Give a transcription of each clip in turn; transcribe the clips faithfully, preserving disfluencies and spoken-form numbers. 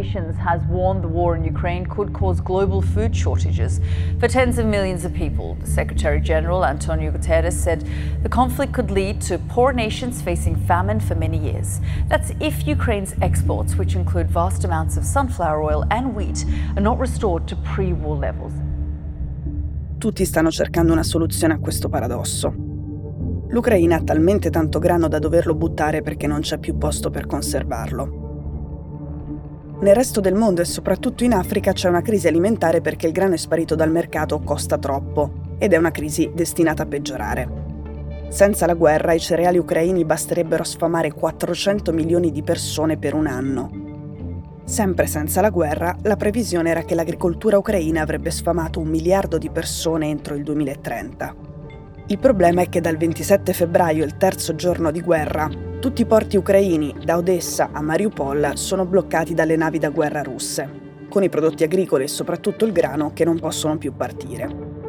Nations has warned the war in Ukraine could cause global food shortages for tens of millions of people. The Secretary General, Antonio Guterres, said the conflict could lead to poor nations facing famine for many years. That's if Ukraine's exports, which include vast amounts of sunflower oil and wheat, are not restored to pre-war levels. Tutti stanno cercando una soluzione a questo paradosso. L'Ucraina ha talmente tanto grano da doverlo buttare perché non c'è più posto per conservarlo. Nel resto del mondo e soprattutto in Africa c'è una crisi alimentare perché il grano è sparito dal mercato, costa troppo, ed è una crisi destinata a peggiorare. Senza la guerra i cereali ucraini basterebbero sfamare quattrocento milioni di persone per un anno. Sempre senza la guerra, la previsione era che l'agricoltura ucraina avrebbe sfamato un miliardo di persone entro il duemilatrenta. Il problema è che dal ventisette febbraio, il terzo giorno di guerra, tutti i porti ucraini, da Odessa a Mariupol, sono bloccati dalle navi da guerra russe, con i prodotti agricoli e soprattutto il grano che non possono più partire.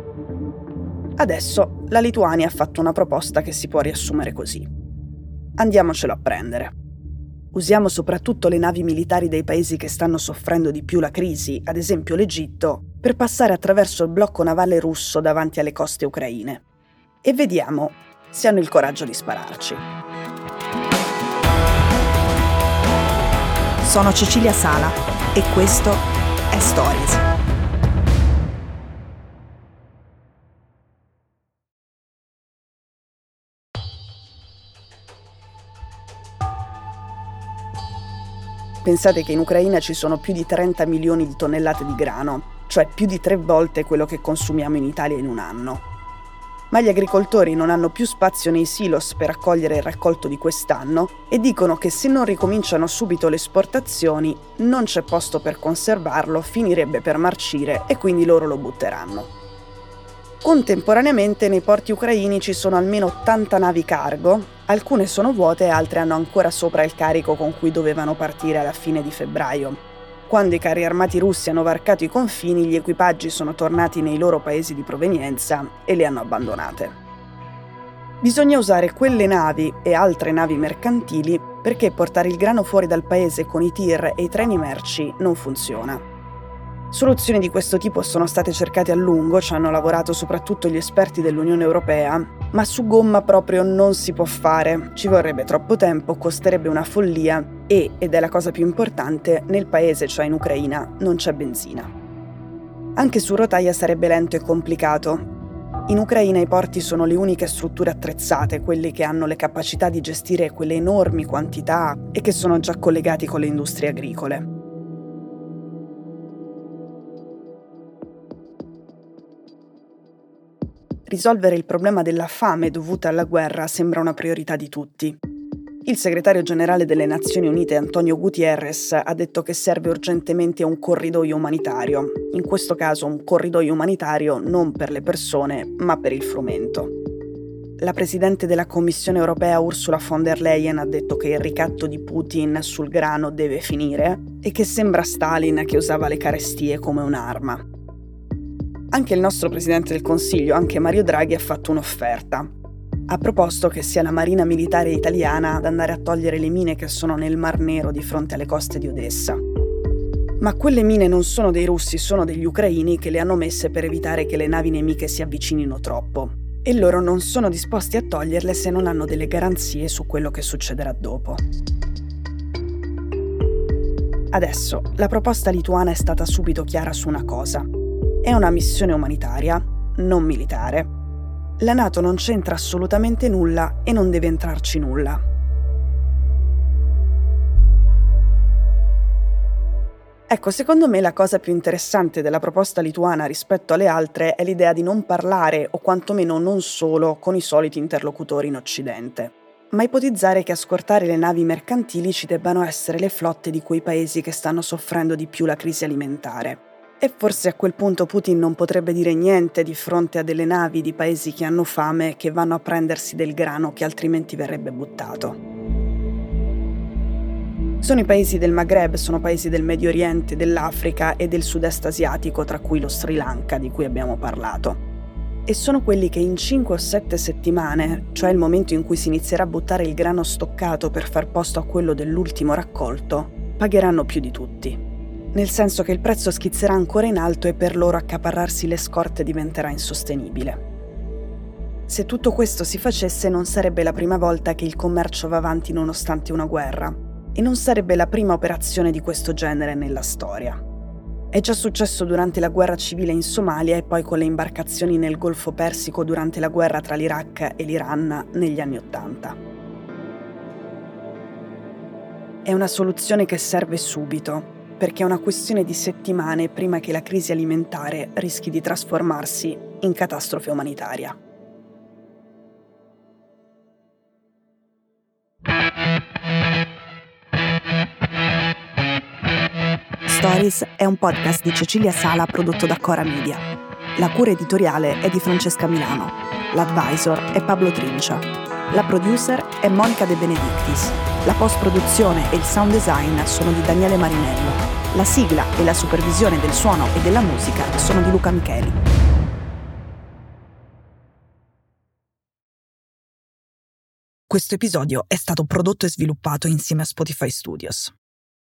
Adesso la Lituania ha fatto una proposta che si può riassumere così. Andiamocelo a prendere. Usiamo soprattutto le navi militari dei paesi che stanno soffrendo di più la crisi, ad esempio l'Egitto, per passare attraverso il blocco navale russo davanti alle coste ucraine. E vediamo se hanno il coraggio di spararci. Sono Cecilia Sala e questo è Stories. Pensate che in Ucraina ci sono più di trenta milioni di tonnellate di grano, cioè più di tre volte quello che consumiamo in Italia in un anno. Ma gli agricoltori non hanno più spazio nei silos per raccogliere il raccolto di quest'anno e dicono che se non ricominciano subito le esportazioni non c'è posto per conservarlo, finirebbe per marcire e quindi loro lo butteranno. Contemporaneamente nei porti ucraini ci sono almeno ottanta navi cargo, alcune sono vuote e altre hanno ancora sopra il carico con cui dovevano partire alla fine di febbraio. Quando i carri armati russi hanno varcato i confini, gli equipaggi sono tornati nei loro paesi di provenienza e le hanno abbandonate. Bisogna usare quelle navi e altre navi mercantili perché portare il grano fuori dal paese con i tir e i treni merci non funziona. Soluzioni di questo tipo sono state cercate a lungo, ci hanno lavorato soprattutto gli esperti dell'Unione Europea, ma su gomma proprio non si può fare, ci vorrebbe troppo tempo, costerebbe una follia e, ed è la cosa più importante, nel paese, cioè in Ucraina, non c'è benzina. Anche su rotaia sarebbe lento e complicato. In Ucraina i porti sono le uniche strutture attrezzate, quelli che hanno le capacità di gestire quelle enormi quantità e che sono già collegati con le industrie agricole. Risolvere il problema della fame dovuta alla guerra sembra una priorità di tutti. Il segretario generale delle Nazioni Unite Antonio Guterres ha detto che serve urgentemente un corridoio umanitario, in questo caso un corridoio umanitario non per le persone, ma per il frumento. La presidente della Commissione europea Ursula von der Leyen ha detto che il ricatto di Putin sul grano deve finire e che sembra Stalin che usava le carestie come un'arma. Anche il nostro presidente del Consiglio, anche Mario Draghi, ha fatto un'offerta. Ha proposto che sia la Marina Militare italiana ad andare a togliere le mine che sono nel Mar Nero di fronte alle coste di Odessa. Ma quelle mine non sono dei russi, sono degli ucraini che le hanno messe per evitare che le navi nemiche si avvicinino troppo. E loro non sono disposti a toglierle se non hanno delle garanzie su quello che succederà dopo. Adesso, la proposta lituana è stata subito chiara su una cosa. È una missione umanitaria, non militare. La NATO non c'entra assolutamente nulla e non deve entrarci nulla. Ecco, secondo me la cosa più interessante della proposta lituana rispetto alle altre è l'idea di non parlare, o quantomeno non solo, con i soliti interlocutori in Occidente, ma ipotizzare che a scortare le navi mercantili ci debbano essere le flotte di quei paesi che stanno soffrendo di più la crisi alimentare. E forse a quel punto Putin non potrebbe dire niente di fronte a delle navi di paesi che hanno fame che vanno a prendersi del grano che altrimenti verrebbe buttato. Sono i paesi del Maghreb, sono paesi del Medio Oriente, dell'Africa e del sud-est asiatico, tra cui lo Sri Lanka, di cui abbiamo parlato. E sono quelli che in cinque o sette settimane, cioè il momento in cui si inizierà a buttare il grano stoccato per far posto a quello dell'ultimo raccolto, pagheranno più di tutti. nel senso che il prezzo schizzerà ancora in alto e per loro accaparrarsi le scorte diventerà insostenibile. Se tutto questo si facesse, non sarebbe la prima volta che il commercio va avanti nonostante una guerra, e non sarebbe la prima operazione di questo genere nella storia. È già successo durante la guerra civile in Somalia e poi con le imbarcazioni nel Golfo Persico durante la guerra tra l'Iraq e l'Iran negli anni Ottanta. È una soluzione che serve subito, perché è una questione di settimane prima che la crisi alimentare rischi di trasformarsi in catastrofe umanitaria. Stories è un podcast di Cecilia Sala prodotto da Cora Media. La cura editoriale è di Francesca Milano. L'advisor è Pablo Trincia. La producer è Monica De Benedictis. La post-produzione e il sound design sono di Daniele Marinello. La sigla e la supervisione del suono e della musica sono di Luca Micheli. Questo episodio è stato prodotto e sviluppato insieme a Spotify Studios.